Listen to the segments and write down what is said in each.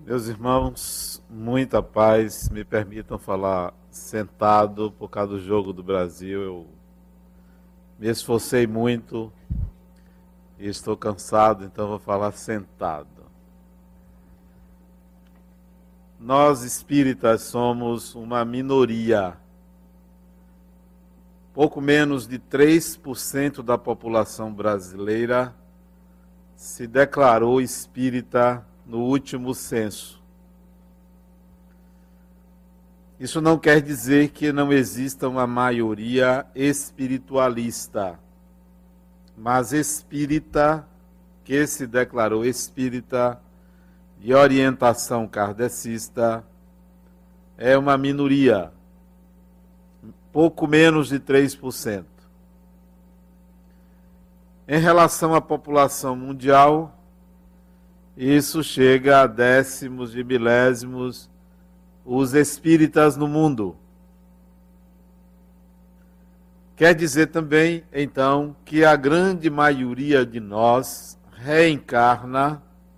Meus irmãos, muita paz, me permitam falar sentado por causa do jogo do Brasil. Eu me esforcei muito e estou cansado, então vou falar sentado. Nós espíritas somos uma minoria. Pouco menos de 3% da população brasileira se declarou espírita no último censo. Isso não quer dizer que não exista uma maioria espiritualista, mas espírita que se declarou espírita de orientação kardecista é uma minoria, pouco menos de 3%. Em relação à população mundial, isso chega a décimos de milésimos os espíritas no mundo. Quer dizer também, então, que a grande maioria de nós reencarna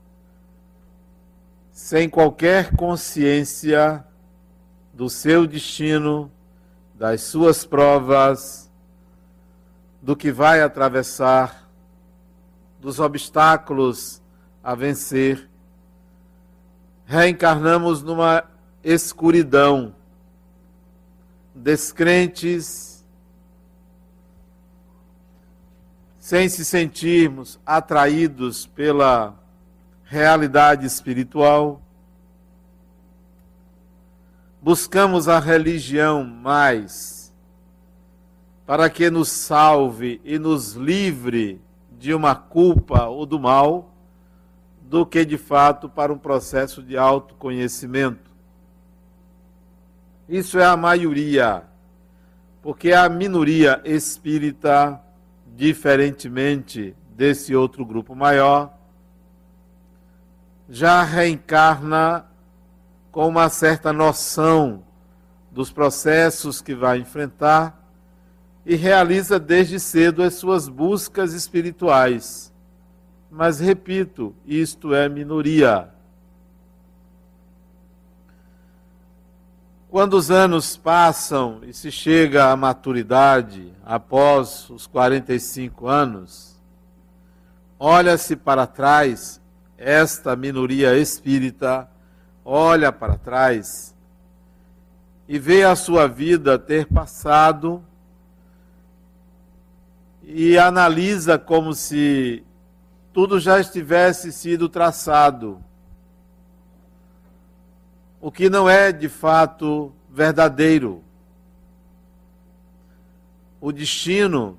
sem qualquer consciência do seu destino, das suas provas, do que vai atravessar, dos obstáculos a vencer. Reencarnamos numa escuridão, descrentes, sem se sentirmos atraídos pela realidade espiritual. Buscamos a religião mais para que nos salve e nos livre de uma culpa ou do mal, do que de fato para um processo de autoconhecimento. Isso é a maioria, porque a minoria espírita, diferentemente desse outro grupo maior, já reencarna com uma certa noção dos processos que vai enfrentar e realiza desde cedo as suas buscas espirituais. Mas, repito, isto é minoria. Quando os anos passam e se chega à maturidade, após os 45 anos, olha-se para trás, esta minoria espírita olha para trás e vê a sua vida ter passado e analisa como se tudo já tivesse sido traçado, o que não é de fato verdadeiro. O destino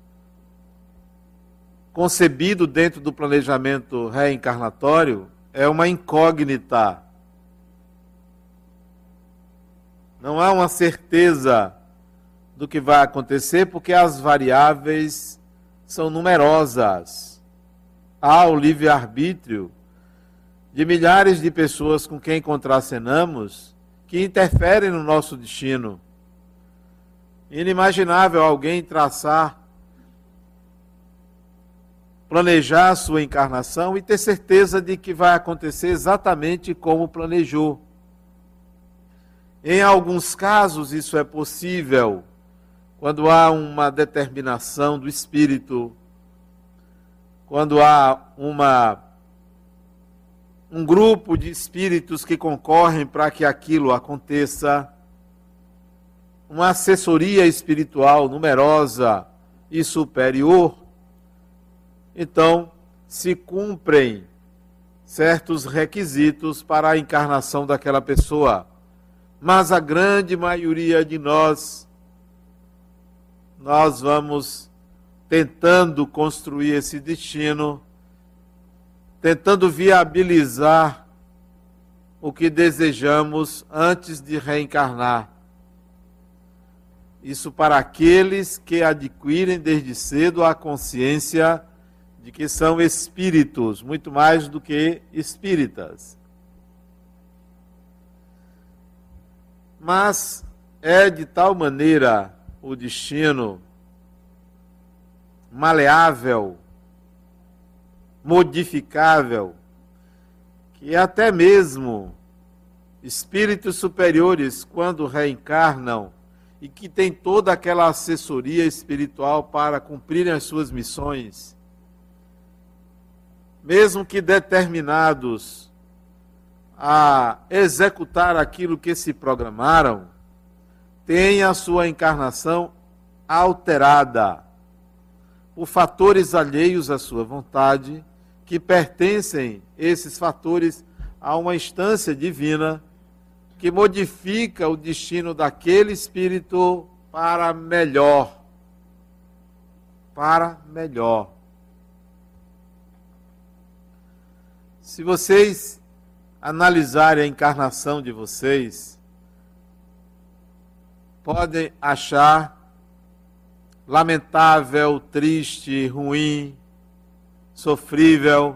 concebido dentro do planejamento reencarnatório é uma incógnita. Não há uma certeza do que vai acontecer, porque as variáveis são numerosas. Há o livre-arbítrio de milhares de pessoas com quem contracenamos que interferem no nosso destino. Inimaginável alguém planejar a sua encarnação e ter certeza de que vai acontecer exatamente como planejou. Em alguns casos isso é possível, quando há uma determinação do espírito, quando há um grupo de espíritos que concorrem para que aquilo aconteça, uma assessoria espiritual numerosa e superior, então se cumprem certos requisitos para a encarnação daquela pessoa. Mas a grande maioria de nós vamos tentando construir esse destino, tentando viabilizar o que desejamos antes de reencarnar. Isso para aqueles que adquirem desde cedo a consciência de que são espíritos, muito mais do que espíritas. Mas é de tal maneira o destino maleável, modificável, que até mesmo espíritos superiores, quando reencarnam, e que têm toda aquela assessoria espiritual para cumprirem as suas missões, mesmo que determinados a executar aquilo que se programaram, têm a sua encarnação alterada por fatores alheios à sua vontade, que pertencem, esses fatores, a uma instância divina que modifica o destino daquele espírito para melhor. Para melhor. Se vocês analisarem a encarnação de vocês, podem achar lamentável, triste, ruim, sofrível,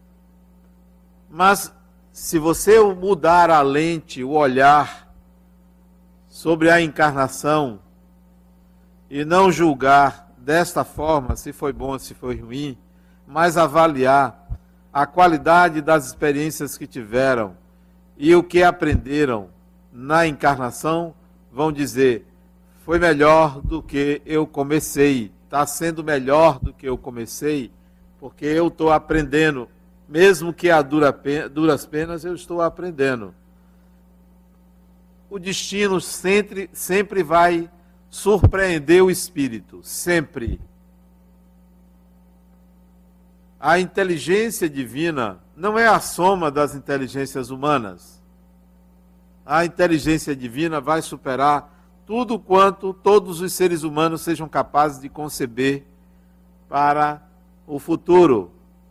mas se você mudar a lente, o olhar sobre a encarnação e não julgar desta forma se foi bom, se foi ruim, mas avaliar a qualidade das experiências que tiveram e o que aprenderam na encarnação, vão dizer: foi melhor do que eu comecei, está sendo melhor do que eu comecei, porque eu estou aprendendo, mesmo que a duras penas, eu estou aprendendo. O destino sempre vai surpreender o espírito, sempre. A inteligência divina não é a soma das inteligências humanas. A inteligência divina vai superar tudo quanto todos os seres humanos sejam capazes de conceber para o futuro.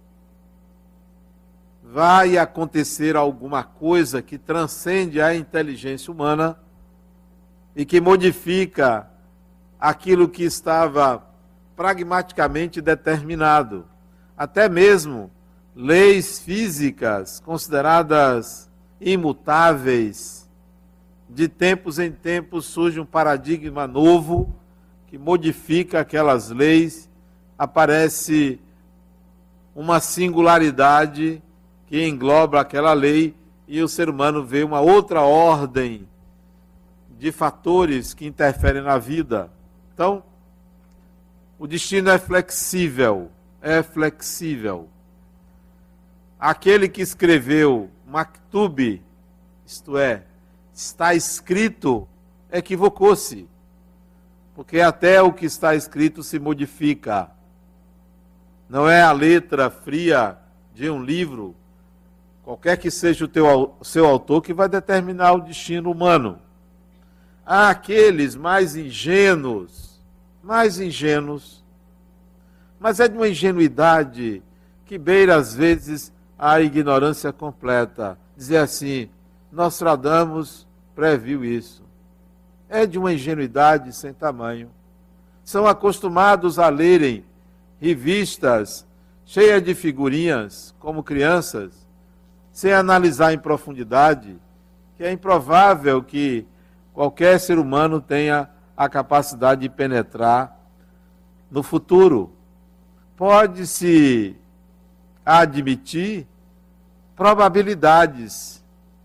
Vai acontecer alguma coisa que transcende a inteligência humana e que modifica aquilo que estava pragmaticamente determinado. Até mesmo leis físicas consideradas imutáveis, de tempos em tempos surge um paradigma novo que modifica aquelas leis, aparece uma singularidade que engloba aquela lei e o ser humano vê uma outra ordem de fatores que interferem na vida. Então, o destino é flexível, é flexível. Aquele que escreveu Maktub, isto é, está escrito, equivocou-se, porque até o que está escrito se modifica. Não é a letra fria de um livro, qualquer que seja o seu autor, que vai determinar o destino humano. Há aqueles mais ingênuos, mas é de uma ingenuidade que beira às vezes a ignorância completa. Dizer assim: Nostradamus previu isso. É de uma ingenuidade sem tamanho. São acostumados a lerem revistas cheias de figurinhas, como crianças, sem analisar em profundidade, que é improvável que qualquer ser humano tenha a capacidade de penetrar no futuro. Pode-se admitir probabilidades.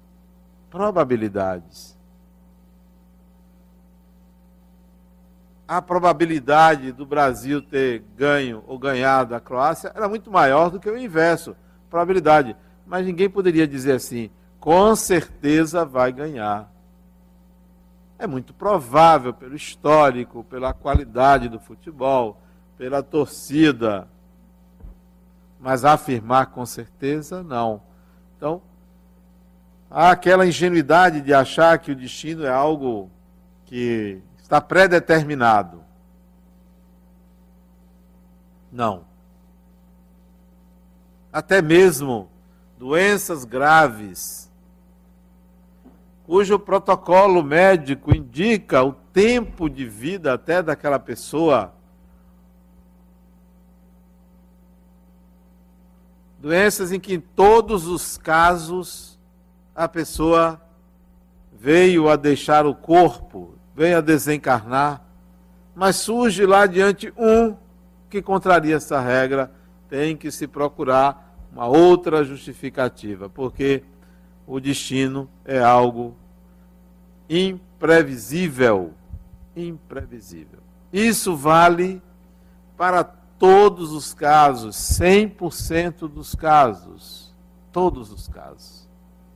A probabilidade do Brasil ter ganho ou ganhado a Croácia era muito maior do que o inverso. Probabilidade. Mas ninguém poderia dizer assim: com certeza vai ganhar. É muito provável, pelo histórico, pela qualidade do futebol, pela torcida. Mas afirmar com certeza, não. Então, há aquela ingenuidade de achar que o destino é algo que está pré-determinado. Não. Até mesmo doenças graves, cujo protocolo médico indica o tempo de vida até daquela pessoa. Doenças em que, em todos os casos, a pessoa veio a deixar o corpo, veio a desencarnar, mas surge lá diante um que contraria essa regra. Tem que se procurar uma outra justificativa, porque o destino é algo imprevisível. Imprevisível. Isso vale para todos os casos, 100% dos casos. Todos os casos.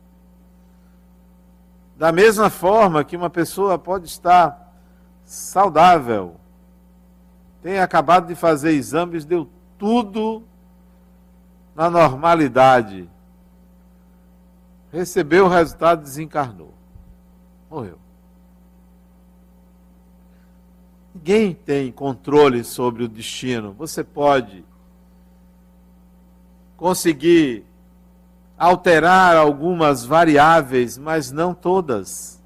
Da mesma forma que uma pessoa pode estar saudável, tem acabado de fazer exames, deu tudo na normalidade, recebeu o resultado, desencarnou, morreu. Ninguém tem controle sobre o destino. Você pode conseguir alterar algumas variáveis, mas não todas.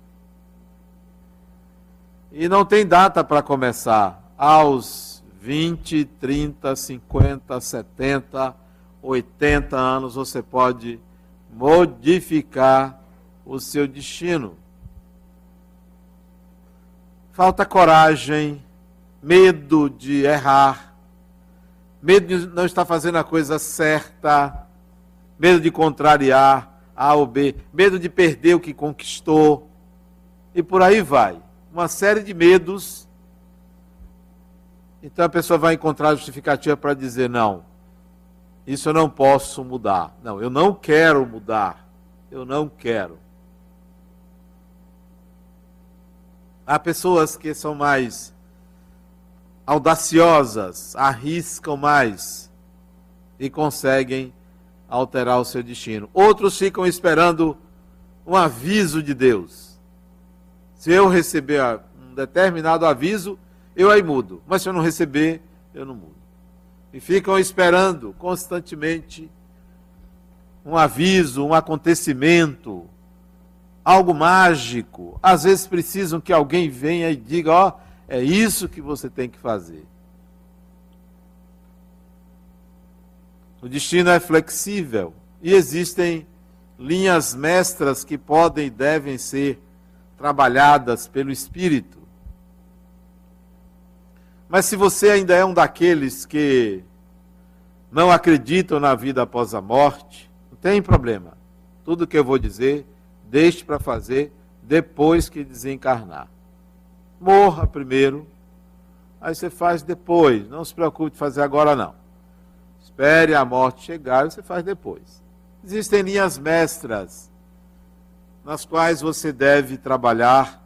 E não tem data para começar. Aos 20, 30, 50, 70, 80 anos você pode modificar o seu destino. Falta coragem, medo de errar, medo de não estar fazendo a coisa certa, medo de contrariar A ou B, medo de perder o que conquistou, e por aí vai. Uma série de medos. Então a pessoa vai encontrar justificativa para dizer, não, isso eu não posso mudar. Não, eu não quero mudar. Eu não quero. Há pessoas que são mais audaciosas, arriscam mais e conseguem alterar o seu destino. Outros ficam esperando um aviso de Deus. Se eu receber um determinado aviso, eu aí mudo. Mas se eu não receber, eu não mudo. E ficam esperando constantemente um aviso, um acontecimento, algo mágico. Às vezes precisam que alguém venha e diga, ó, é isso que você tem que fazer. O destino é flexível e existem linhas mestras que podem e devem ser trabalhadas pelo Espírito. Mas se você ainda é um daqueles que não acreditam na vida após a morte, não tem problema. Tudo que eu vou dizer, deixe para fazer depois que desencarnar. Morra primeiro, aí você faz depois. Não se preocupe de fazer agora, não. Espere a morte chegar e você faz depois. Existem linhas mestras nas quais você deve trabalhar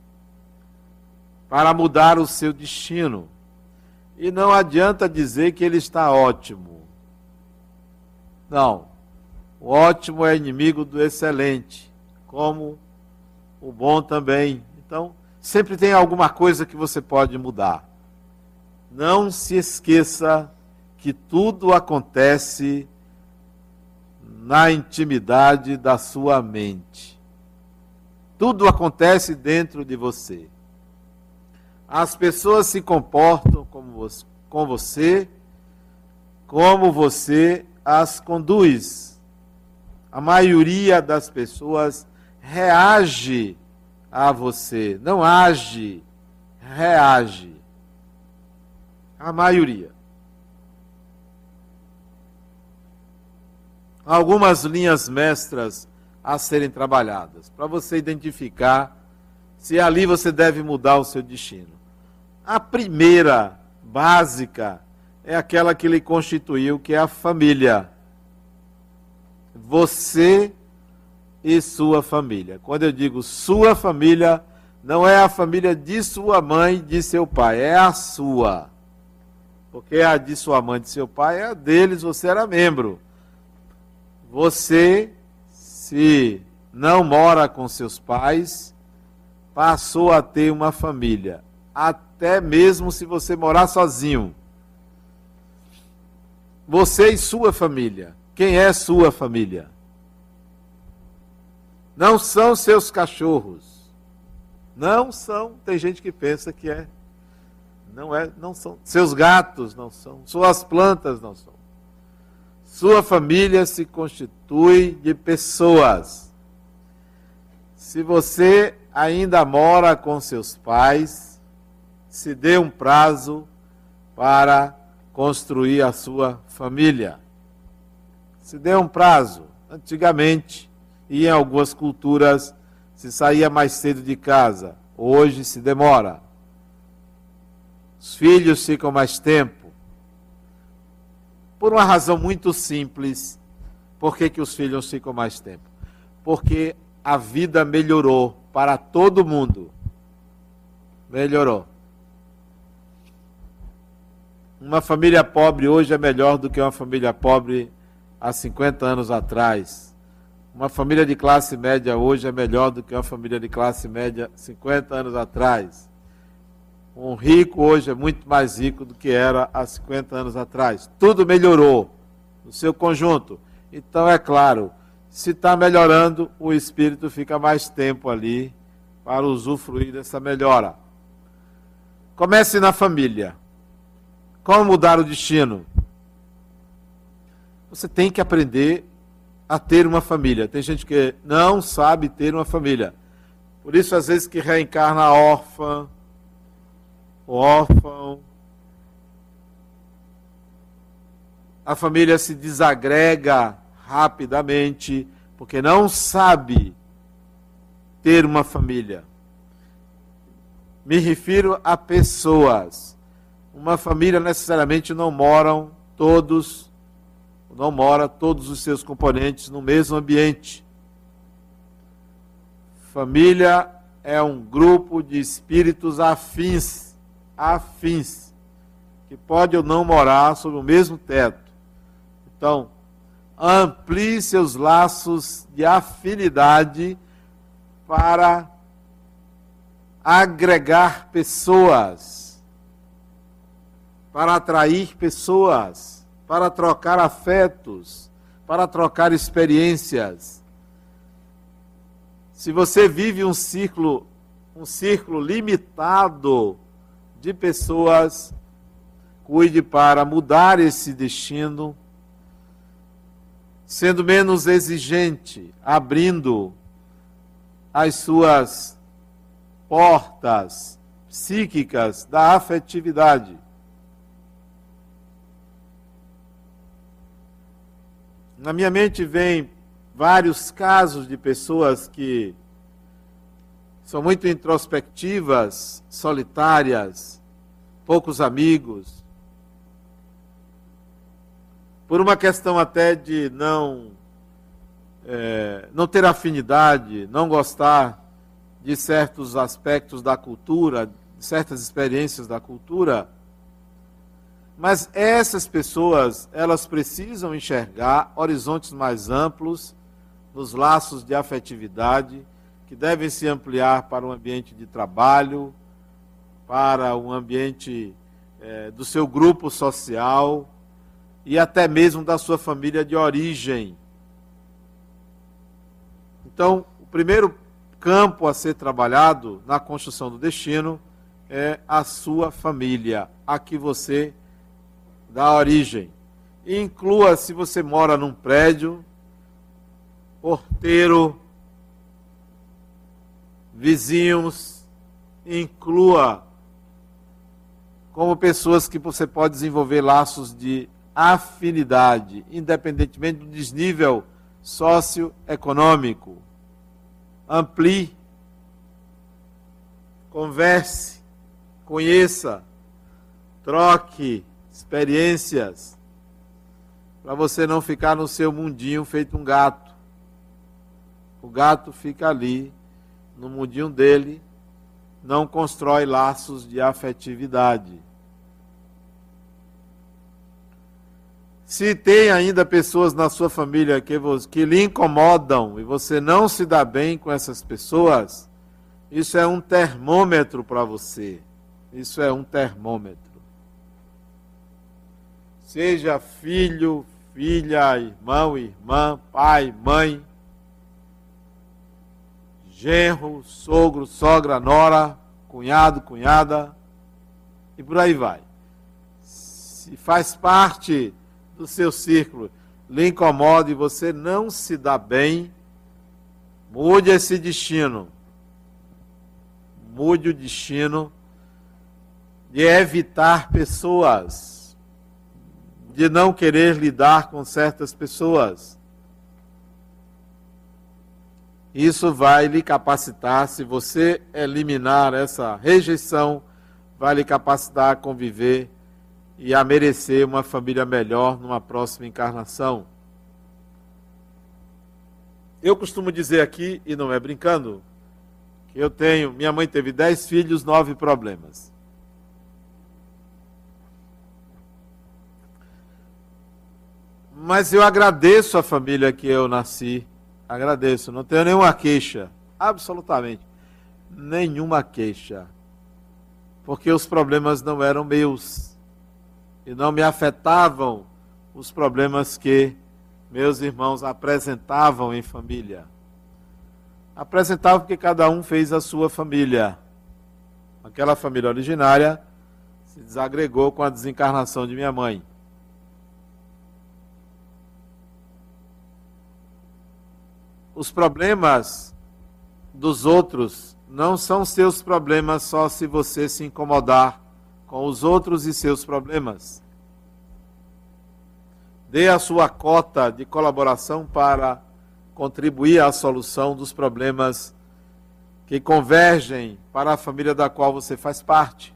para mudar o seu destino. E não adianta dizer que ele está ótimo. Não. O ótimo é inimigo do excelente, como o bom também. Então, sempre tem alguma coisa que você pode mudar. Não se esqueça que tudo acontece na intimidade da sua mente. Tudo acontece dentro de você. As pessoas se comportam com você, como você as conduz. A maioria das pessoas reage a você, não age, reage. A maioria. Algumas linhas mestras a serem trabalhadas, para você identificar se ali você deve mudar o seu destino. A primeira, básica, é aquela que lhe constituiu, que é a família. Você e sua família. Quando eu digo sua família, não é a família de sua mãe e de seu pai, é a sua. Porque a de sua mãe e de seu pai é a deles, você era membro. Você, se não mora com seus pais, passou a ter uma família. Até mesmo se você morar sozinho. Você e sua família. Quem é sua família? Não são seus cachorros. Não são. Tem gente que pensa que é. Não são. Seus gatos não são. Suas plantas não são. Sua família se constitui de pessoas. Se você ainda mora com seus pais, se dê um prazo para construir a sua família. se dê um prazo. Antigamente, e em algumas culturas, se saía mais cedo de casa. Hoje se demora. Os filhos ficam mais tempo. Por uma razão muito simples. Por que os filhos ficam mais tempo? Porque a vida melhorou para todo mundo. Melhorou. Uma família pobre hoje é melhor do que uma família pobre há 50 anos atrás. Uma família de classe média hoje é melhor do que uma família de classe média 50 anos atrás. Um rico hoje é muito mais rico do que era há 50 anos atrás. Tudo melhorou no seu conjunto. Então, é claro, se está melhorando, o espírito fica mais tempo ali para usufruir dessa melhora. Comece na família. Como mudar o destino? Você tem que aprender a ter uma família. Tem gente que não sabe ter uma família. Por isso, às vezes, que reencarna órfã, órfão. A família se desagrega rapidamente, porque não sabe ter uma família. Me refiro a pessoas. Uma família necessariamente não mora todos os seus componentes no mesmo ambiente. Família é um grupo de espíritos afins, que pode ou não morar sob o mesmo teto. Então, amplie seus laços de afinidade para agregar pessoas, para atrair pessoas, para trocar afetos, para trocar experiências. Se você vive um círculo limitado de pessoas, cuide para mudar esse destino, sendo menos exigente, abrindo as suas portas psíquicas da afetividade. Na minha mente vem vários casos de pessoas que são muito introspectivas, solitárias, poucos amigos, por uma questão até de não ter afinidade, não gostar de certos aspectos da cultura, de certas experiências da cultura. Mas essas pessoas, elas precisam enxergar horizontes mais amplos nos laços de afetividade, que devem se ampliar para um ambiente de trabalho, para um ambiente do seu grupo social e até mesmo da sua família de origem. Então, o primeiro campo a ser trabalhado na construção do destino é a sua família, a que você dá origem. E inclua, se você mora num prédio, porteiro, vizinhos, inclua como pessoas que você pode desenvolver laços de afinidade, independentemente do desnível socioeconômico. Amplie, converse, conheça, troque experiências, para você não ficar no seu mundinho feito um gato. O gato fica ali, no mundinho dele, não constrói laços de afetividade. Se tem ainda pessoas na sua família que lhe incomodam e você não se dá bem com essas pessoas, isso é um termômetro para você. Isso é um termômetro. Seja filho, filha, irmão, irmã, pai, mãe, genro, sogro, sogra, nora, cunhado, cunhada, e por aí vai. Se faz parte do seu círculo, lhe incomoda e você não se dá bem, mude esse destino. Mude o destino de evitar pessoas. de não querer lidar com certas pessoas. Isso vai lhe capacitar, se você eliminar essa rejeição, vai lhe capacitar a conviver e a merecer uma família melhor numa próxima encarnação. Eu costumo dizer aqui, e não é brincando, que minha mãe teve 10 filhos, 9 problemas. Mas eu agradeço a família que eu nasci, agradeço, não tenho nenhuma queixa, absolutamente, nenhuma queixa, porque os problemas não eram meus, e não me afetavam os problemas que meus irmãos apresentavam em família. Apresentavam porque cada um fez a sua família. Aquela família originária se desagregou com a desencarnação de minha mãe. Os problemas dos outros não são seus problemas só se você se incomodar com os outros e seus problemas. Dê a sua cota de colaboração para contribuir à solução dos problemas que convergem para a família da qual você faz parte.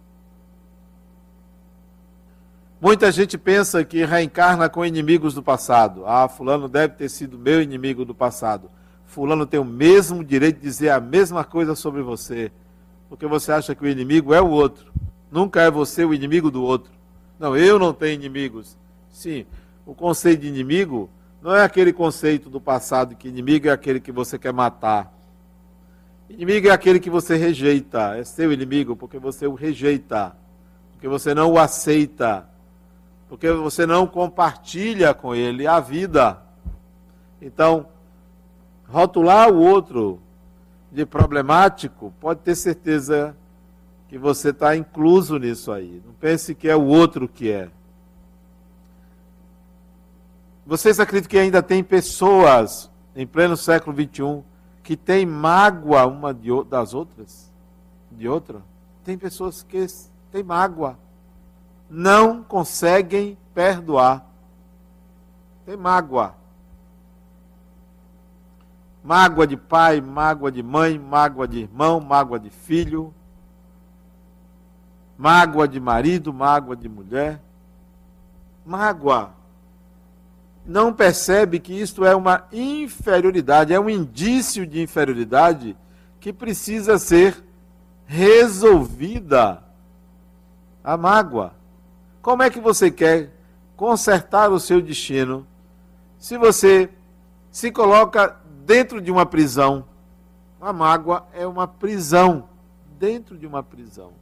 Muita gente pensa que reencarna com inimigos do passado. Ah, fulano deve ter sido meu inimigo do passado. Fulano tem o mesmo direito de dizer a mesma coisa sobre você, porque você acha que o inimigo é o outro. Nunca é você o inimigo do outro. Não, eu não tenho inimigos. Sim, o conceito de inimigo não é aquele conceito do passado, que inimigo é aquele que você quer matar. Inimigo é aquele que você rejeita. É seu inimigo porque você o rejeita, porque você não o aceita, porque você não compartilha com ele a vida. Então, rotular o outro de problemático, pode ter certeza que você está incluso nisso aí. Não pense que é o outro que é. Vocês acreditam que ainda tem pessoas, em pleno século XXI, que têm mágoa uma das outras? De outra? Tem pessoas que têm mágoa. Não conseguem perdoar. Tem mágoa. Mágoa de pai, mágoa de mãe, mágoa de irmão, mágoa de filho, mágoa de marido, mágoa de mulher. Mágoa. Não percebe que isto é uma inferioridade, é um indício de inferioridade que precisa ser resolvida. A mágoa. Como é que você quer consertar o seu destino se você se coloca dentro de uma prisão? A mágoa é uma prisão, dentro de uma prisão.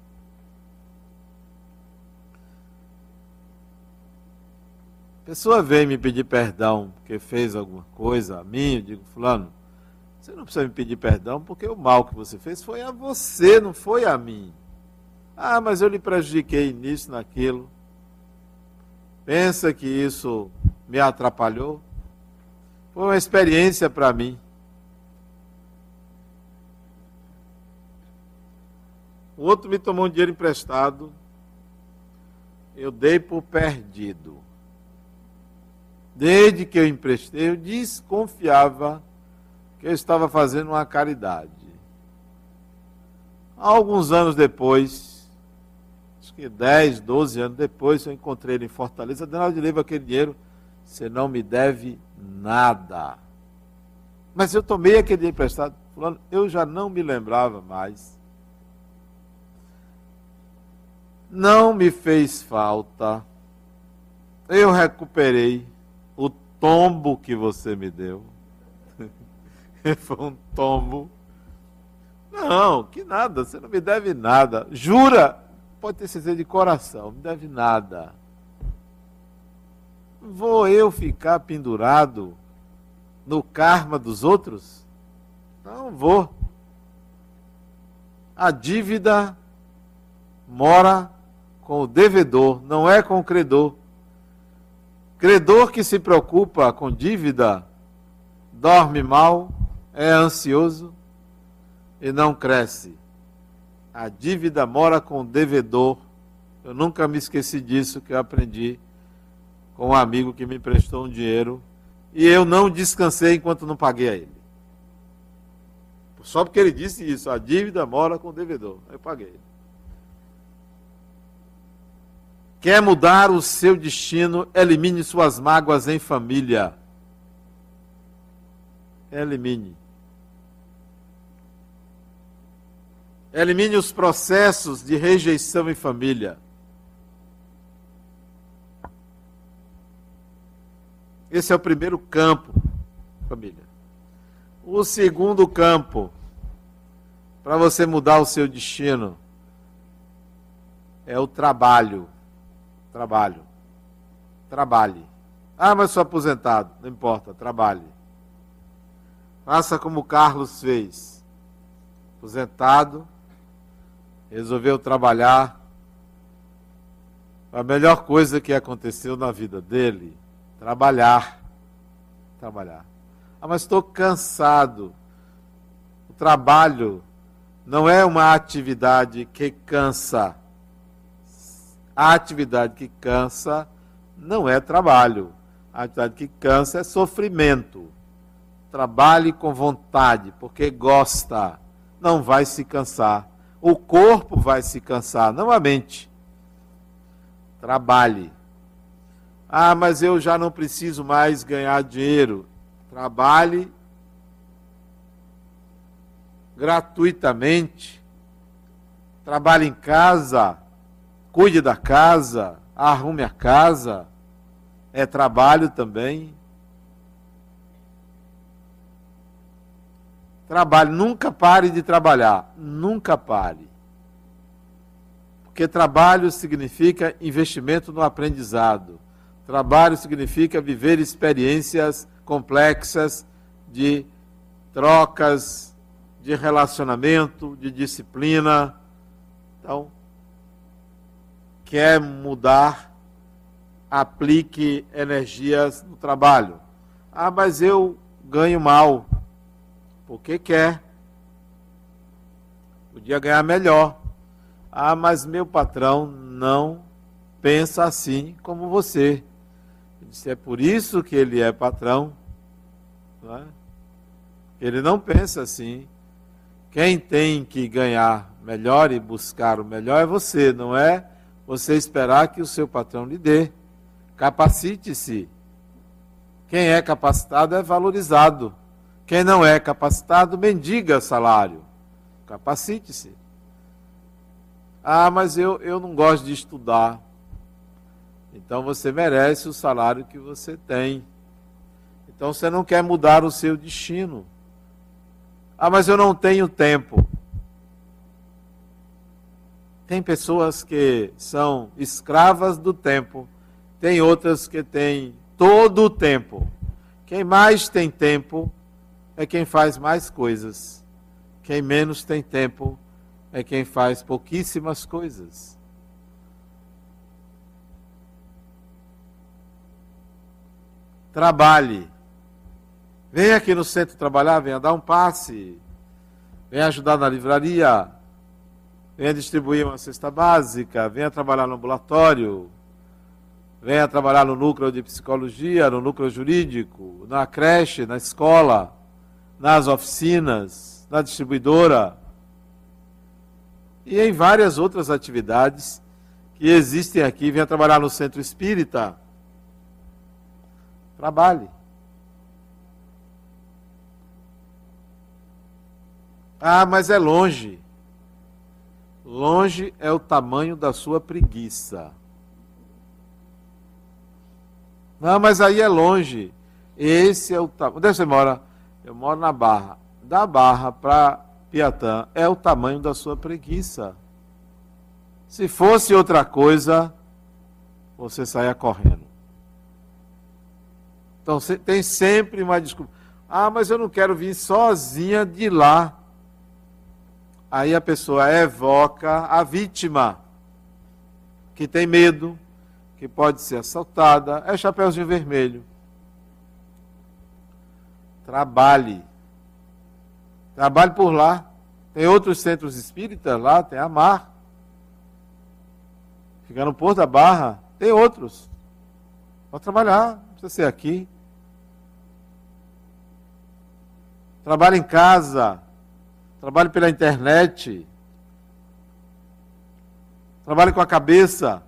A pessoa vem me pedir perdão porque fez alguma coisa a mim, eu digo, fulano, você não precisa me pedir perdão porque o mal que você fez foi a você, não foi a mim. Ah, mas eu lhe prejudiquei nisso, naquilo. Pensa que isso me atrapalhou? Foi uma experiência para mim. O outro me tomou um dinheiro emprestado, eu dei por perdido. Desde que eu emprestei, eu desconfiava que eu estava fazendo uma caridade. Alguns anos depois, acho que 10, 12 anos depois, eu encontrei ele em Fortaleza, dando de levo aquele dinheiro, você não me deve nada. Mas eu tomei aquele dinheiro emprestado, fulano, eu já não me lembrava mais. Não me fez falta. Eu recuperei o tombo que você me deu. Foi um tombo. Não, que nada, você não me deve nada. Jura? Pode ter certeza de coração, não me deve nada. Vou eu ficar pendurado no karma dos outros? Não vou. A dívida mora com o devedor, não é com o credor. Credor que se preocupa com dívida, dorme mal, é ansioso e não cresce. A dívida mora com o devedor. Eu nunca me esqueci disso, que eu aprendi com um amigo que me emprestou um dinheiro e eu não descansei enquanto não paguei a ele. Só porque ele disse isso, a dívida mora com o devedor. Aí eu paguei. Quer mudar o seu destino? Elimine suas mágoas em família. Elimine. Elimine os processos de rejeição em família. Esse é o primeiro campo, família. O segundo campo, para você mudar o seu destino, é o trabalho. Trabalho. Trabalhe. Ah, mas sou aposentado. Não importa, trabalhe. Faça como o Carlos fez. Aposentado, resolveu trabalhar. A melhor coisa que aconteceu na vida dele, trabalhar. Trabalhar. Ah, mas estou cansado. O trabalho não é uma atividade que cansa. A atividade que cansa não é trabalho. A atividade que cansa é sofrimento. Trabalhe com vontade, porque gosta. Não vai se cansar. O corpo vai se cansar, não a mente. Trabalhe. Ah, mas eu já não preciso mais ganhar dinheiro. Trabalhe gratuitamente. Trabalhe em casa. Cuide da casa. Arrume a casa. É trabalho também. Trabalhe. Nunca pare de trabalhar. Nunca pare. Porque trabalho significa investimento no aprendizado. Trabalho significa viver experiências complexas de trocas, de relacionamento, de disciplina. Então, quer mudar, aplique energias no trabalho. Ah, mas eu ganho mal. Porque quer. Podia ganhar melhor. Ah, mas meu patrão não pensa assim como você. Eu disse, é por isso que ele é patrão. Não é? Ele não pensa assim. Quem tem que ganhar melhor e buscar o melhor é você, não é você esperar que o seu patrão lhe dê. Capacite-se. Quem é capacitado é valorizado. Quem não é capacitado, mendiga salário. Capacite-se. Ah, mas eu não gosto de estudar. Então você merece o salário que você tem. Então você não quer mudar o seu destino. Ah, mas eu não tenho tempo. Tem pessoas que são escravas do tempo. Tem outras que têm todo o tempo. Quem mais tem tempo é quem faz mais coisas. Quem menos tem tempo é quem faz pouquíssimas coisas. Trabalhe. Venha aqui no centro trabalhar, venha dar um passe. Venha ajudar na livraria. Venha distribuir uma cesta básica. Venha trabalhar no ambulatório. Venha trabalhar no núcleo de psicologia, no núcleo jurídico, na creche, na escola, nas oficinas, na distribuidora e em várias outras atividades que existem aqui. Venha trabalhar no centro espírita. Trabalhe. Ah, mas é longe. Longe é o tamanho da sua preguiça. Não, mas aí é longe. Esse é o tamanho. Onde você mora? Eu moro na Barra. Da Barra para Piatã é o tamanho da sua preguiça. Se fosse outra coisa, você saia correndo. Então tem sempre uma desculpa. Ah, mas eu não quero vir sozinha de lá. Aí a pessoa evoca a vítima, que tem medo, que pode ser assaltada, é Chapeuzinho Vermelho. Trabalhe. Trabalhe por lá. Tem outros centros espíritas lá, tem a Mar. Fica no Porto da Barra, tem outros. Pode trabalhar, não precisa ser aqui. Trabalhe em casa, trabalhe pela internet, trabalhe com a cabeça.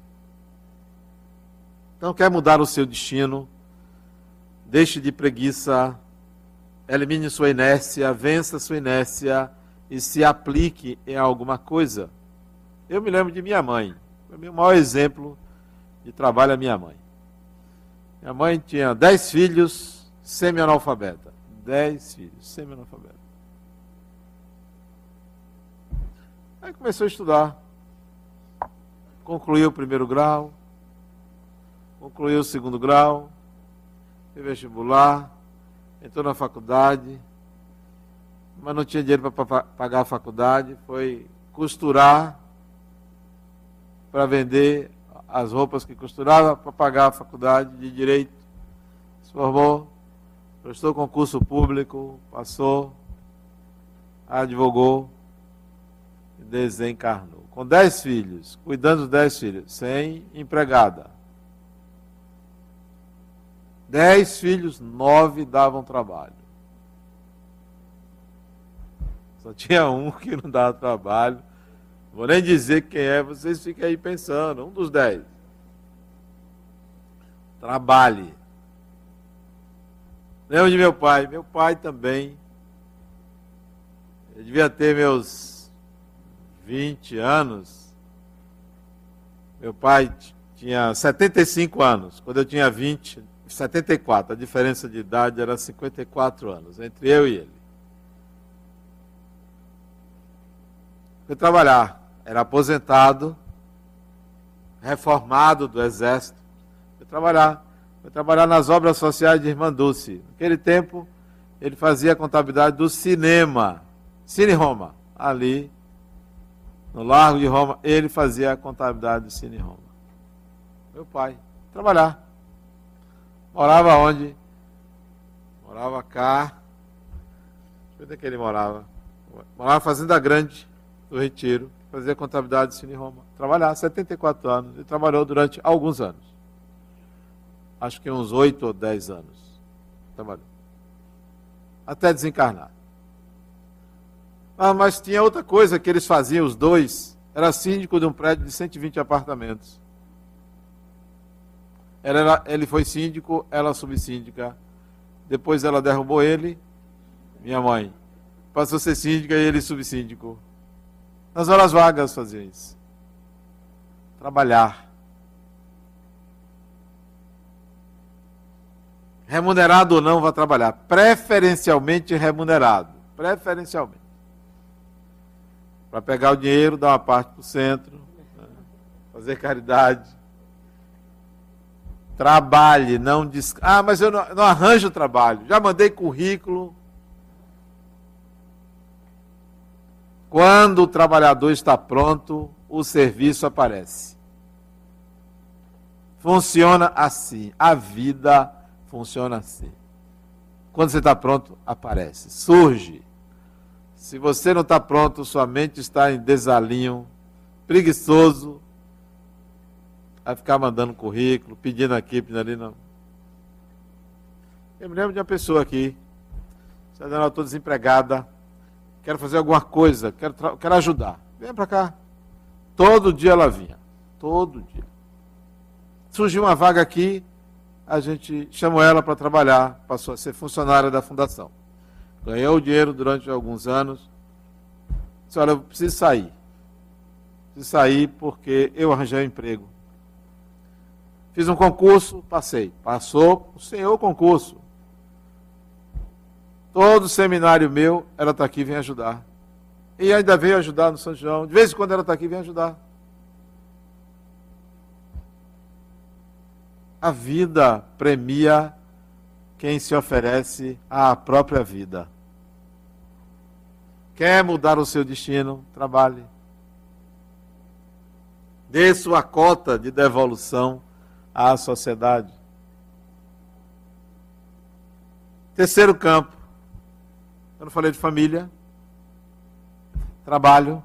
Então, quer mudar o seu destino? Deixe de preguiça, elimine sua inércia, vença sua inércia e se aplique em alguma coisa. Eu me lembro de minha mãe. Para mim, o maior exemplo de trabalho é minha mãe. Minha mãe tinha 10 filhos semi-analfabeta. 10 filhos semi-analfabeta. Aí começou a estudar. Concluiu o primeiro grau. Concluiu o segundo grau. Fez vestibular. Entrou na faculdade. Mas não tinha dinheiro para pagar a faculdade. Foi costurar para vender as roupas que costurava para pagar a faculdade de Direito. Se formou, prestou concurso público, passou, advogou e desencarnou. Com 10 filhos, cuidando dos 10 filhos, sem empregada. 10 filhos, 9 davam trabalho. Só tinha um que não dava trabalho. Vou nem dizer quem é, vocês fiquem aí pensando. Um dos 10. Trabalhe. Lembro de meu pai. Meu pai também. Eu devia ter meus 20 anos. Meu pai tinha 75 anos. Quando eu tinha 20, 74. A diferença de idade era 54 anos, entre eu e ele. Foi trabalhar. Era aposentado, reformado do Exército. Foi trabalhar nas obras sociais de Irmã Dulce. Naquele tempo, ele fazia a contabilidade do cinema, Cine Roma. Ali, no Largo de Roma, ele fazia a contabilidade do Cine Roma. Meu pai, trabalhar. Morava onde? Morava cá. Deixa eu ver onde é que ele morava. Morava na Fazenda Grande, do Retiro. Fazia contabilidade de Cine Roma. Trabalhar, 74 anos. Ele trabalhou durante alguns anos. Acho que uns 8 ou 10 anos. Trabalhou. Até desencarnar. Mas tinha outra coisa que eles faziam, os dois. Era síndico de um prédio de 120 apartamentos. Ele foi síndico, ela subsíndica. Depois ela derrubou ele, minha mãe. Passou a ser síndica e ele subsíndico. Nas horas vagas fazia isso. Trabalhar. Remunerado ou não, vai trabalhar. Preferencialmente remunerado. Preferencialmente. Para pegar o dinheiro, dar uma parte para o centro. Né? Fazer caridade. Trabalhe, não mas eu não arranjo trabalho. Já mandei currículo. Quando o trabalhador está pronto, o serviço aparece. Funciona assim. A vida funciona assim. Quando você está pronto, aparece. Surge. Se você não está pronto, sua mente está em desalinho, preguiçoso, vai ficar mandando currículo, pedindo aqui, pedindo ali, não. Eu me lembro de uma pessoa aqui, eu estou desempregada, quero fazer alguma coisa, quero ajudar. Vem para cá. Todo dia ela vinha. Todo dia. Surgiu uma vaga aqui, a gente chamou ela para trabalhar, passou a ser funcionária da fundação. Ganhou o dinheiro durante alguns anos. Disse, olha, eu preciso sair. Preciso sair porque eu arranjei um emprego. Fiz um concurso, passei. Passou o senhor concurso. Todo seminário meu, ela está aqui, vem ajudar. E ainda veio ajudar no São João. De vez em quando ela está aqui, vem ajudar. A vida premia quem se oferece à própria vida. Quer mudar o seu destino? Trabalhe. Dê sua cota de devolução à sociedade. Terceiro campo. Eu não falei de família. Trabalho.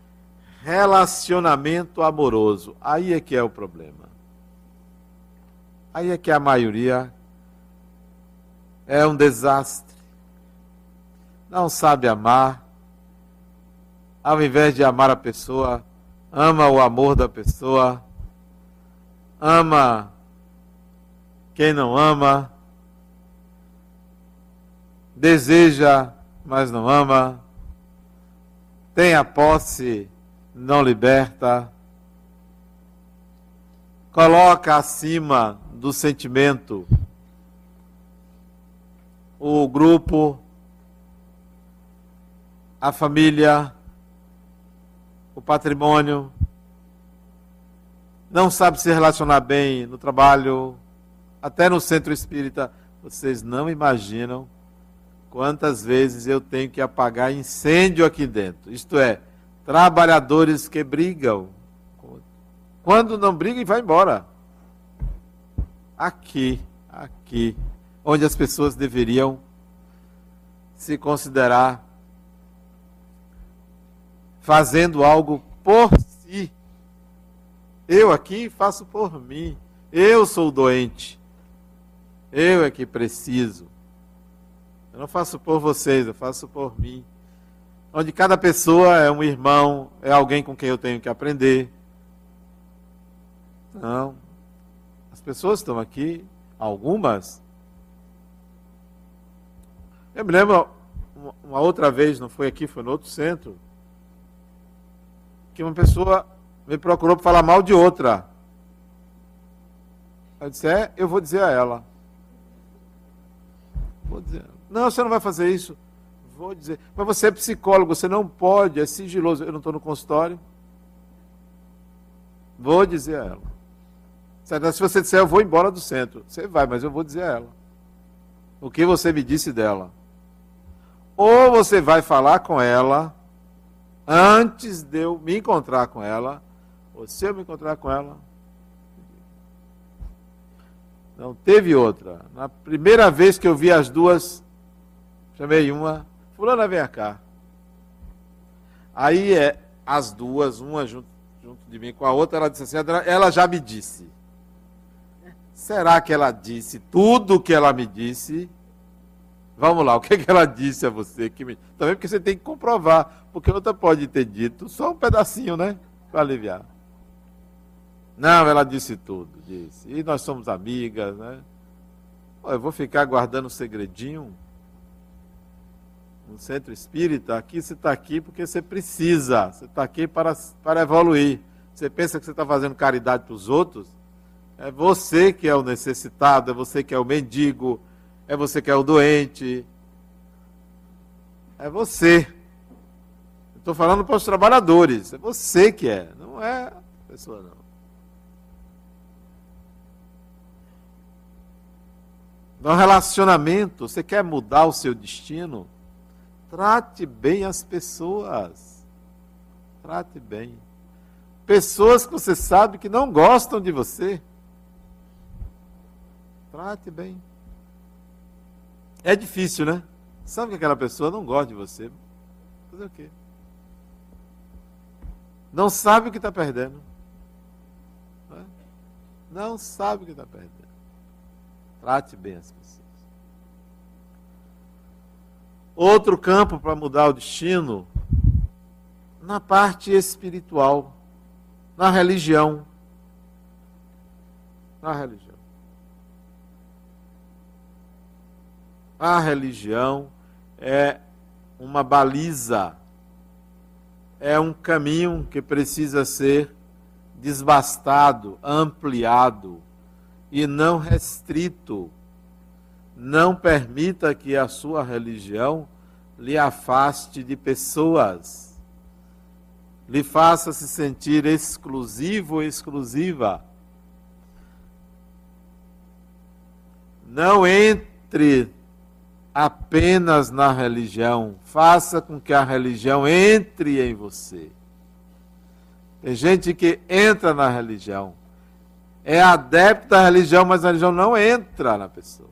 Relacionamento amoroso. Aí é que é o problema. Aí é que a maioria é um desastre. Não sabe amar. Ao invés de amar a pessoa, ama o amor da pessoa. Ama quem não ama. Deseja, mas não ama. Tem a posse, não liberta. Coloca acima do sentimento o grupo, a família, o patrimônio. Não sabe se relacionar bem no trabalho, até no centro espírita. Vocês não imaginam quantas vezes eu tenho que apagar incêndio aqui dentro. Isto é, trabalhadores que brigam. Quando não briga, e vai embora. Aqui, onde as pessoas deveriam se considerar fazendo algo por si. Eu aqui faço por mim. Eu sou doente. Eu é que preciso. Eu não faço por vocês, eu faço por mim. Onde cada pessoa é um irmão, é alguém com quem eu tenho que aprender. Não. As pessoas estão aqui, algumas. Eu me lembro, uma outra vez, não foi aqui, foi no outro centro, que uma pessoa me procurou para falar mal de outra. Eu disse, eu vou dizer a ela. Vou dizer. Não, você não vai fazer isso. Vou dizer. Mas você é psicólogo, você não pode, é sigiloso. Eu não estou no consultório. Vou dizer a ela. Se você disser, eu vou embora do centro. Você vai, mas eu vou dizer a ela. O que você me disse dela. Ou você vai falar com ela antes de eu me encontrar com ela, ou se eu me encontrar com ela. Não teve outra. Na primeira vez que eu vi as duas, chamei uma, fulana, vem cá. Aí as duas, uma junto de mim com a outra, ela disse assim, ela já me disse. Será que ela disse tudo o que ela me disse? Vamos lá, o que ela disse a você? Também porque você tem que comprovar, porque outra pode ter dito só um pedacinho, né? Para aliviar. Não, ela disse tudo, disse. E nós somos amigas, né? Eu vou ficar guardando um segredinho no centro espírita. Aqui você está aqui porque você precisa. Você está aqui para evoluir. Você pensa que você está fazendo caridade para os outros? É você que é o necessitado, é você que é o mendigo, é você que é o doente. É você. Estou falando para os trabalhadores. É você que é, não é a pessoa não. No relacionamento, você quer mudar o seu destino? Trate bem as pessoas. Trate bem. Pessoas que você sabe que não gostam de você. Trate bem. É difícil, né? Sabe que aquela pessoa não gosta de você. Fazer o quê? Não sabe o que está perdendo. Não sabe o que está perdendo. Trate bem as pessoas. Outro campo para mudar o destino, na parte espiritual, na religião. Na religião. A religião é uma baliza, é um caminho que precisa ser desbastado, ampliado e não restrito. Não permita que a sua religião lhe afaste de pessoas, lhe faça se sentir exclusivo ou exclusiva. Não entre apenas na religião, faça com que a religião entre em você. Tem gente que entra na religião, é adepto da religião, mas a religião não entra na pessoa.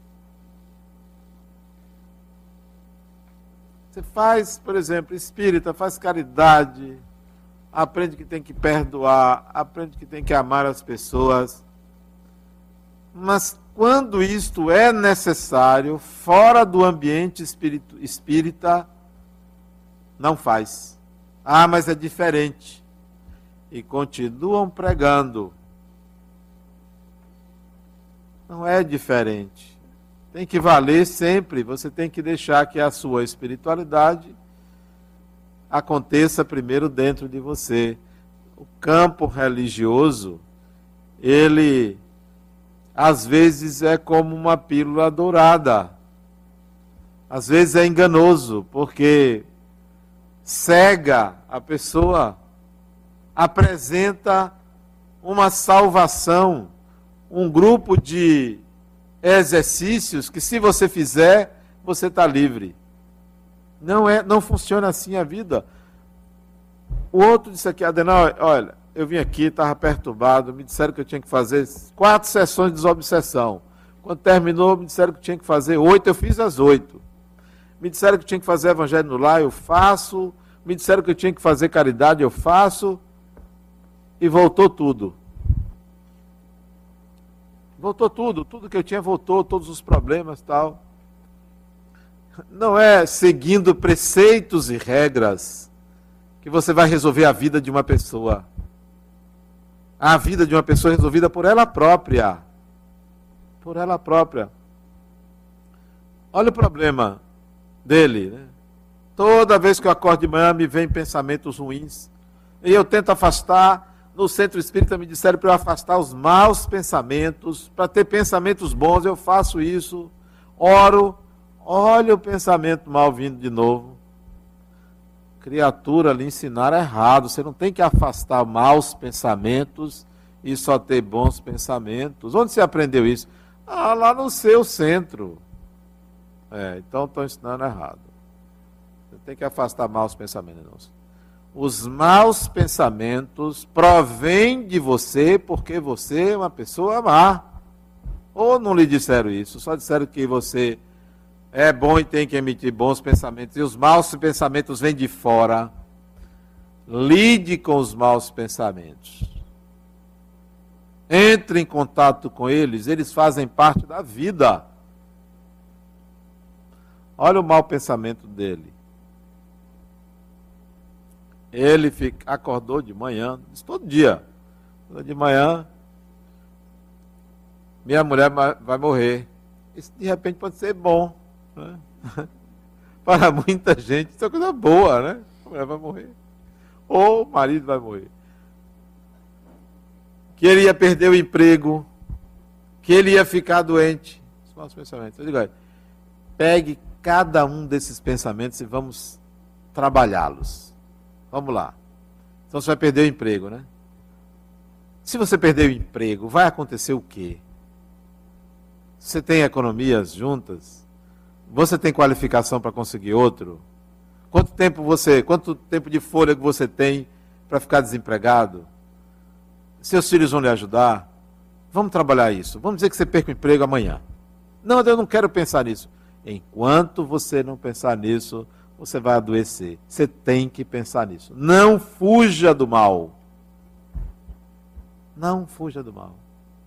Você faz, por exemplo, espírita, faz caridade, aprende que tem que perdoar, aprende que tem que amar as pessoas. Mas quando isto é necessário, fora do ambiente espírita, não faz. Ah, mas é diferente. E continuam pregando. Não é diferente. Tem que valer sempre. Você tem que deixar que a sua espiritualidade aconteça primeiro dentro de você. O campo religioso, ele às vezes é como uma pílula dourada. Às vezes é enganoso, porque cega a pessoa, apresenta uma salvação, um grupo de exercícios que, se você fizer, você está livre. Não funciona assim a vida. O outro disse aqui, Adenauer, olha, eu vim aqui, estava perturbado, me disseram que eu tinha que fazer 4 sessões de desobsessão. Quando terminou, me disseram que tinha que fazer 8, eu fiz as 8. Me disseram que tinha que fazer evangelho no lar, eu faço. Me disseram que eu tinha que fazer caridade, eu faço. E voltou tudo. Voltou tudo que eu tinha voltou, todos os problemas e tal. Não é seguindo preceitos e regras que você vai resolver a vida de uma pessoa. A vida de uma pessoa é resolvida por ela própria. Por ela própria. Olha o problema dele, né? Toda vez que eu acordo de manhã me vem pensamentos ruins. E eu tento afastar. No centro espírita me disseram para eu afastar os maus pensamentos, para ter pensamentos bons. Eu faço isso, oro, olha o pensamento mal vindo de novo. Criatura, lhe ensinaram errado. Você não tem que afastar maus pensamentos e só ter bons pensamentos. Onde você aprendeu isso? Ah, lá no seu centro. Então estão ensinando errado. Você tem que afastar maus pensamentos. Os maus pensamentos provêm de você porque você é uma pessoa má. Ou não lhe disseram isso, só disseram que você é bom e tem que emitir bons pensamentos. E os maus pensamentos vêm de fora. Lide com os maus pensamentos. Entre em contato com eles, eles fazem parte da vida. Olha o mau pensamento dele. Ele acordou de manhã, todo dia. De manhã, minha mulher vai morrer. Isso de repente pode ser bom, né? Para muita gente, isso é coisa boa, né? A mulher vai morrer. Ou o marido vai morrer. Que ele ia perder o emprego, que ele ia ficar doente. Os nossos pensamentos. Eu digo, olha, pegue cada um desses pensamentos e vamos trabalhá-los. Vamos lá. Então você vai perder o emprego, né? Se você perder o emprego, vai acontecer o quê? Você tem economias juntas? Você tem qualificação para conseguir outro? Quanto tempo de fôlego você tem para ficar desempregado? Seus filhos vão lhe ajudar? Vamos trabalhar isso. Vamos dizer que você perca o emprego amanhã. Não, eu não quero pensar nisso. Enquanto você não pensar nisso, você vai adoecer. Você tem que pensar nisso. Não fuja do mal. Não fuja do mal.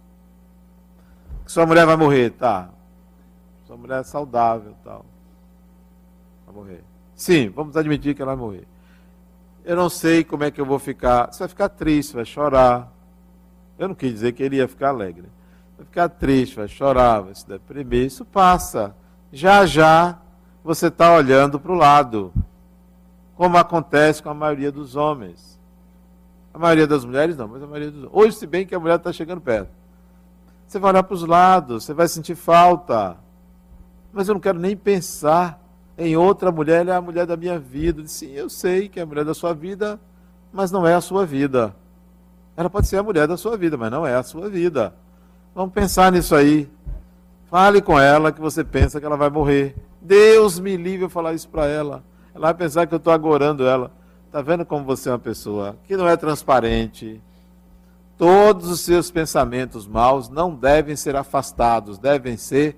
Sua mulher vai morrer, tá? Sua mulher é saudável, tal. Vai morrer. Sim, vamos admitir que ela vai morrer. Eu não sei como é que eu vou ficar. Você vai ficar triste, vai chorar. Eu não quis dizer que ele ia ficar alegre. Vai ficar triste, vai chorar, vai se deprimir. Isso passa. Já já você está olhando para o lado, como acontece com a maioria dos homens. A maioria das mulheres não, mas a maioria dos homens. Hoje, se bem que a mulher está chegando perto. Você vai olhar para os lados, você vai sentir falta. Mas eu não quero nem pensar em outra mulher, ela é a mulher da minha vida. Sim, eu sei que é a mulher da sua vida, mas não é a sua vida. Ela pode ser a mulher da sua vida, mas não é a sua vida. Vamos pensar nisso aí. Fale com ela que você pensa que ela vai morrer. Deus me livre eu falar isso para ela. Ela vai pensar que eu estou agorando ela. Está vendo como você é uma pessoa que não é transparente? Todos os seus pensamentos maus não devem ser afastados, devem ser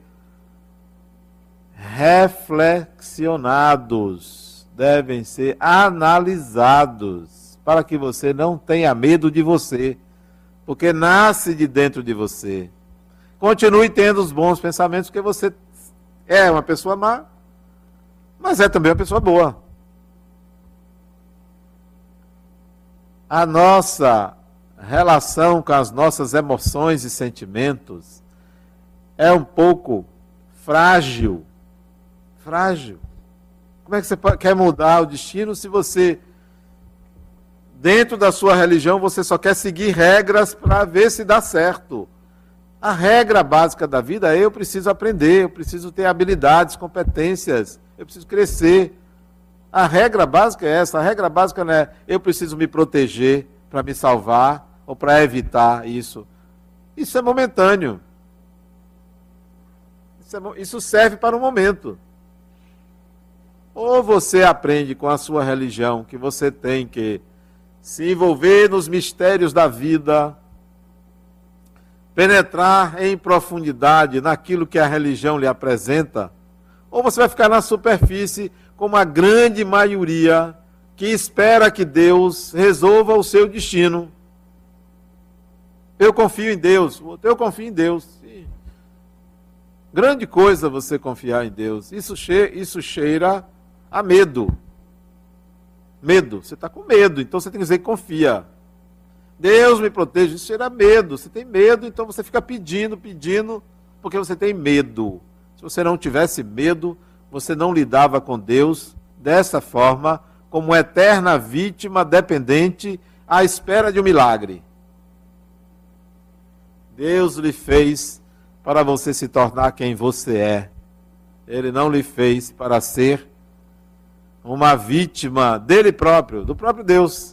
reflexionados, devem ser analisados, para que você não tenha medo de você, porque nasce de dentro de você. Continue tendo os bons pensamentos, porque você é uma pessoa má, mas é também uma pessoa boa. A nossa relação com as nossas emoções e sentimentos é um pouco frágil. Frágil. Como é que você quer mudar o destino se você, dentro da sua religião, você só quer seguir regras para ver se dá certo? A regra básica da vida é: eu preciso aprender, eu preciso ter habilidades, competências, eu preciso crescer. A regra básica é essa. A regra básica não é: eu preciso me proteger para me salvar ou para evitar isso. Isso é momentâneo. Isso serve para o momento. Ou você aprende com a sua religião que você tem que se envolver nos mistérios da vida, penetrar em profundidade naquilo que a religião lhe apresenta, ou você vai ficar na superfície como a grande maioria que espera que Deus resolva o seu destino. Eu confio em Deus, eu confio em Deus. Sim. Grande coisa você confiar em Deus. Isso cheira a medo. Medo, você está com medo, então você tem que dizer que confia. Deus me proteja, isso cheira a medo. Você tem medo, então você fica pedindo, porque você tem medo. Se você não tivesse medo, você não lidava com Deus dessa forma, como eterna vítima dependente à espera de um milagre. Deus lhe fez para você se tornar quem você é. Ele não lhe fez para ser uma vítima dele próprio, do próprio Deus.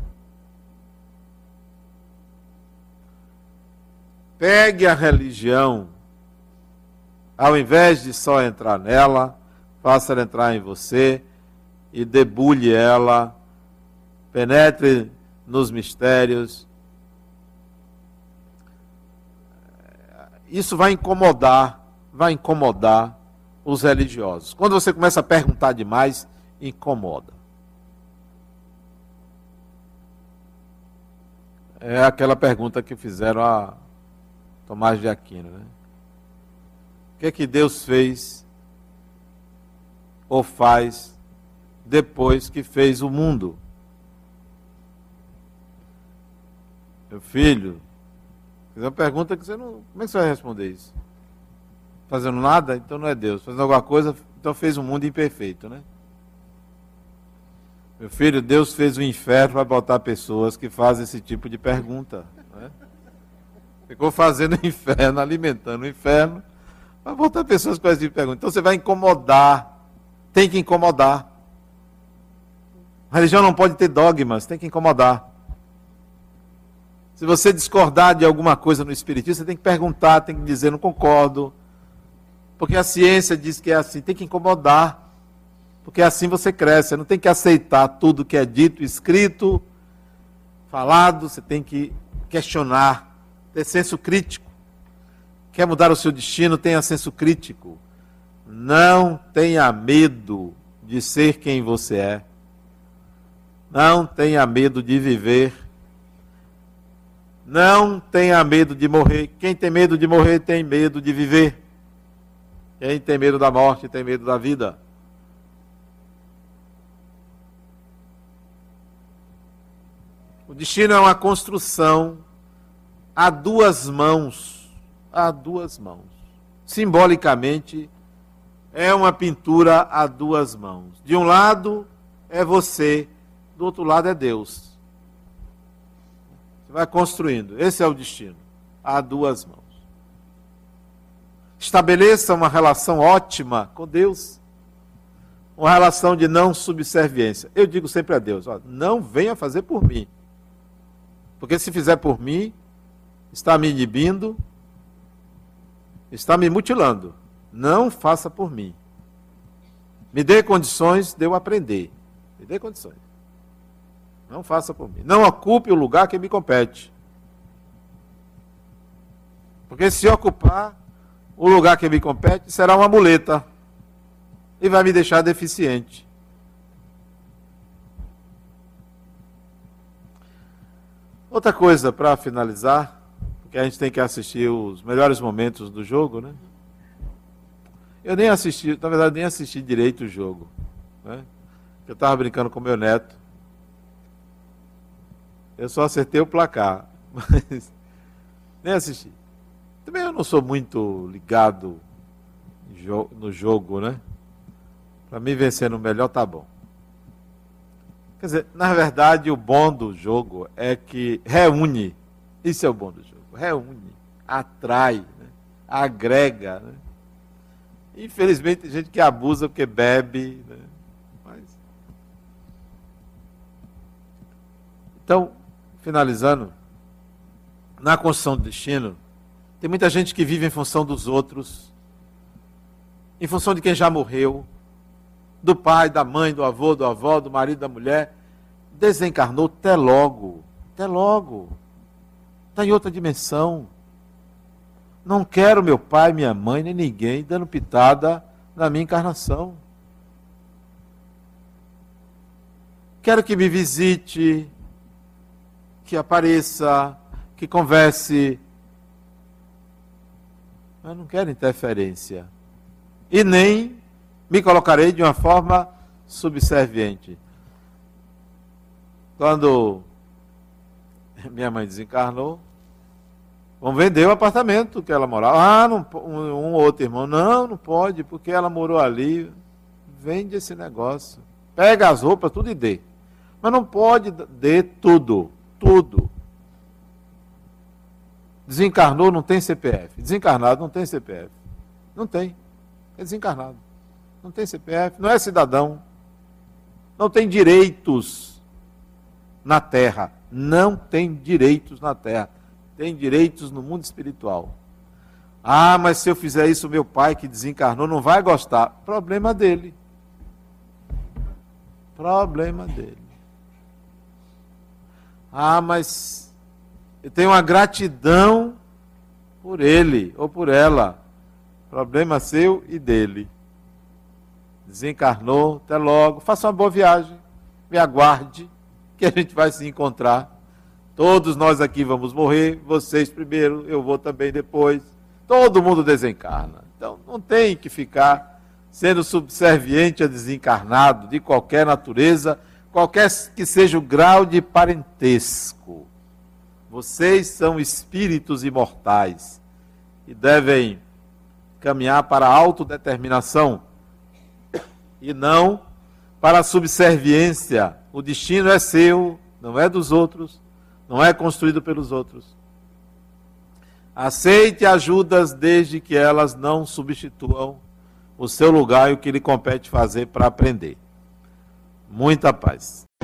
Pegue a religião, ao invés de só entrar nela, faça ela entrar em você e debulhe ela, penetre nos mistérios. Isso vai incomodar os religiosos. Quando você começa a perguntar demais, incomoda. É aquela pergunta que fizeram a Tomás de Aquino, né? O que é que Deus fez ou faz depois que fez o mundo? Meu filho, fiz uma pergunta que você não... Como é que você vai responder isso? Fazendo nada? Então não é Deus. Fazendo alguma coisa? Então fez um mundo imperfeito, né? Meu filho, Deus fez o inferno para botar pessoas que fazem esse tipo de pergunta, né? Ficou fazendo o inferno, alimentando o inferno, para botar pessoas com esse tipo de pergunta. Então você vai incomodar. Tem que incomodar. A religião não pode ter dogmas, tem que incomodar. Se você discordar de alguma coisa no espiritismo, você tem que perguntar, tem que dizer: não concordo. Porque a ciência diz que é assim, tem que incomodar. Porque assim você cresce, você não tem que aceitar tudo que é dito, escrito, falado, você tem que questionar, ter senso crítico. Quer mudar o seu destino, tenha senso crítico. Não tenha medo de ser quem você é. Não tenha medo de viver. Não tenha medo de morrer. Quem tem medo de morrer tem medo de viver. Quem tem medo da morte tem medo da vida. O destino é uma construção a duas mãos. A duas mãos. Simbolicamente, é uma pintura a duas mãos. De um lado é você, do outro lado é Deus. Você vai construindo. Esse é o destino. A duas mãos. Estabeleça uma relação ótima com Deus. Uma relação de não subserviência. Eu digo sempre a Deus: ó, não venha fazer por mim. Porque se fizer por mim, está me inibindo, está me mutilando. Não faça por mim. Me dê condições de eu aprender. Me dê condições. Não faça por mim. Não ocupe o lugar que me compete. Porque se ocupar o lugar que me compete, será uma muleta. E vai me deixar deficiente. Outra coisa para finalizar, porque a gente tem que assistir os melhores momentos do jogo, né? Eu nem assisti, na verdade, nem assisti direito o jogo, né? Eu estava brincando com meu neto. Eu só acertei o placar, mas nem assisti. Também eu não sou muito ligado no jogo, né? Para mim, vencer no melhor tá bom. Quer dizer, na verdade, o bom do jogo é que reúne. Isso é o bom do jogo. Reúne, atrai, né? Agrega, né? Infelizmente, tem gente que abusa porque bebe, né? Mas... Então, finalizando, na construção do destino, tem muita gente que vive em função dos outros, em função de quem já morreu, do pai, da mãe, do avô, da avó, do marido, da mulher. Desencarnou até logo. Até logo. Está em outra dimensão. Não quero meu pai, minha mãe, nem ninguém dando pitada na minha encarnação. Quero que me visite, que apareça, que converse. Mas não quero interferência. E nem me colocarei de uma forma subserviente. Quando minha mãe desencarnou, vamos vender o apartamento que ela morava. Ah, não, um outro irmão, não pode, porque ela morou ali. Vende esse negócio. Pega as roupas, tudo e dê. Mas não pode dar tudo. Desencarnou, não tem CPF. Desencarnado, não tem CPF. Não tem. É desencarnado. Não tem CPF, não é cidadão. Não tem direitos na Terra. Não tem direitos na Terra. Tem direitos no mundo espiritual. Ah, mas se eu fizer isso, meu pai que desencarnou não vai gostar. Problema dele. Problema dele. Ah, mas eu tenho uma gratidão por ele ou por ela. Problema seu e dele. Desencarnou, até logo. Faça uma boa viagem. Me aguarde, que a gente vai se encontrar. Todos nós aqui vamos morrer. Vocês primeiro, eu vou também depois. Todo mundo desencarna. Então, não tem que ficar sendo subserviente a desencarnado de qualquer natureza, qualquer que seja o grau de parentesco. Vocês são espíritos imortais e devem caminhar para a autodeterminação e não para a subserviência. O destino é seu, não é dos outros, não é construído pelos outros. Aceite ajudas desde que elas não substituam o seu lugar e o que lhe compete fazer para aprender. Muita paz.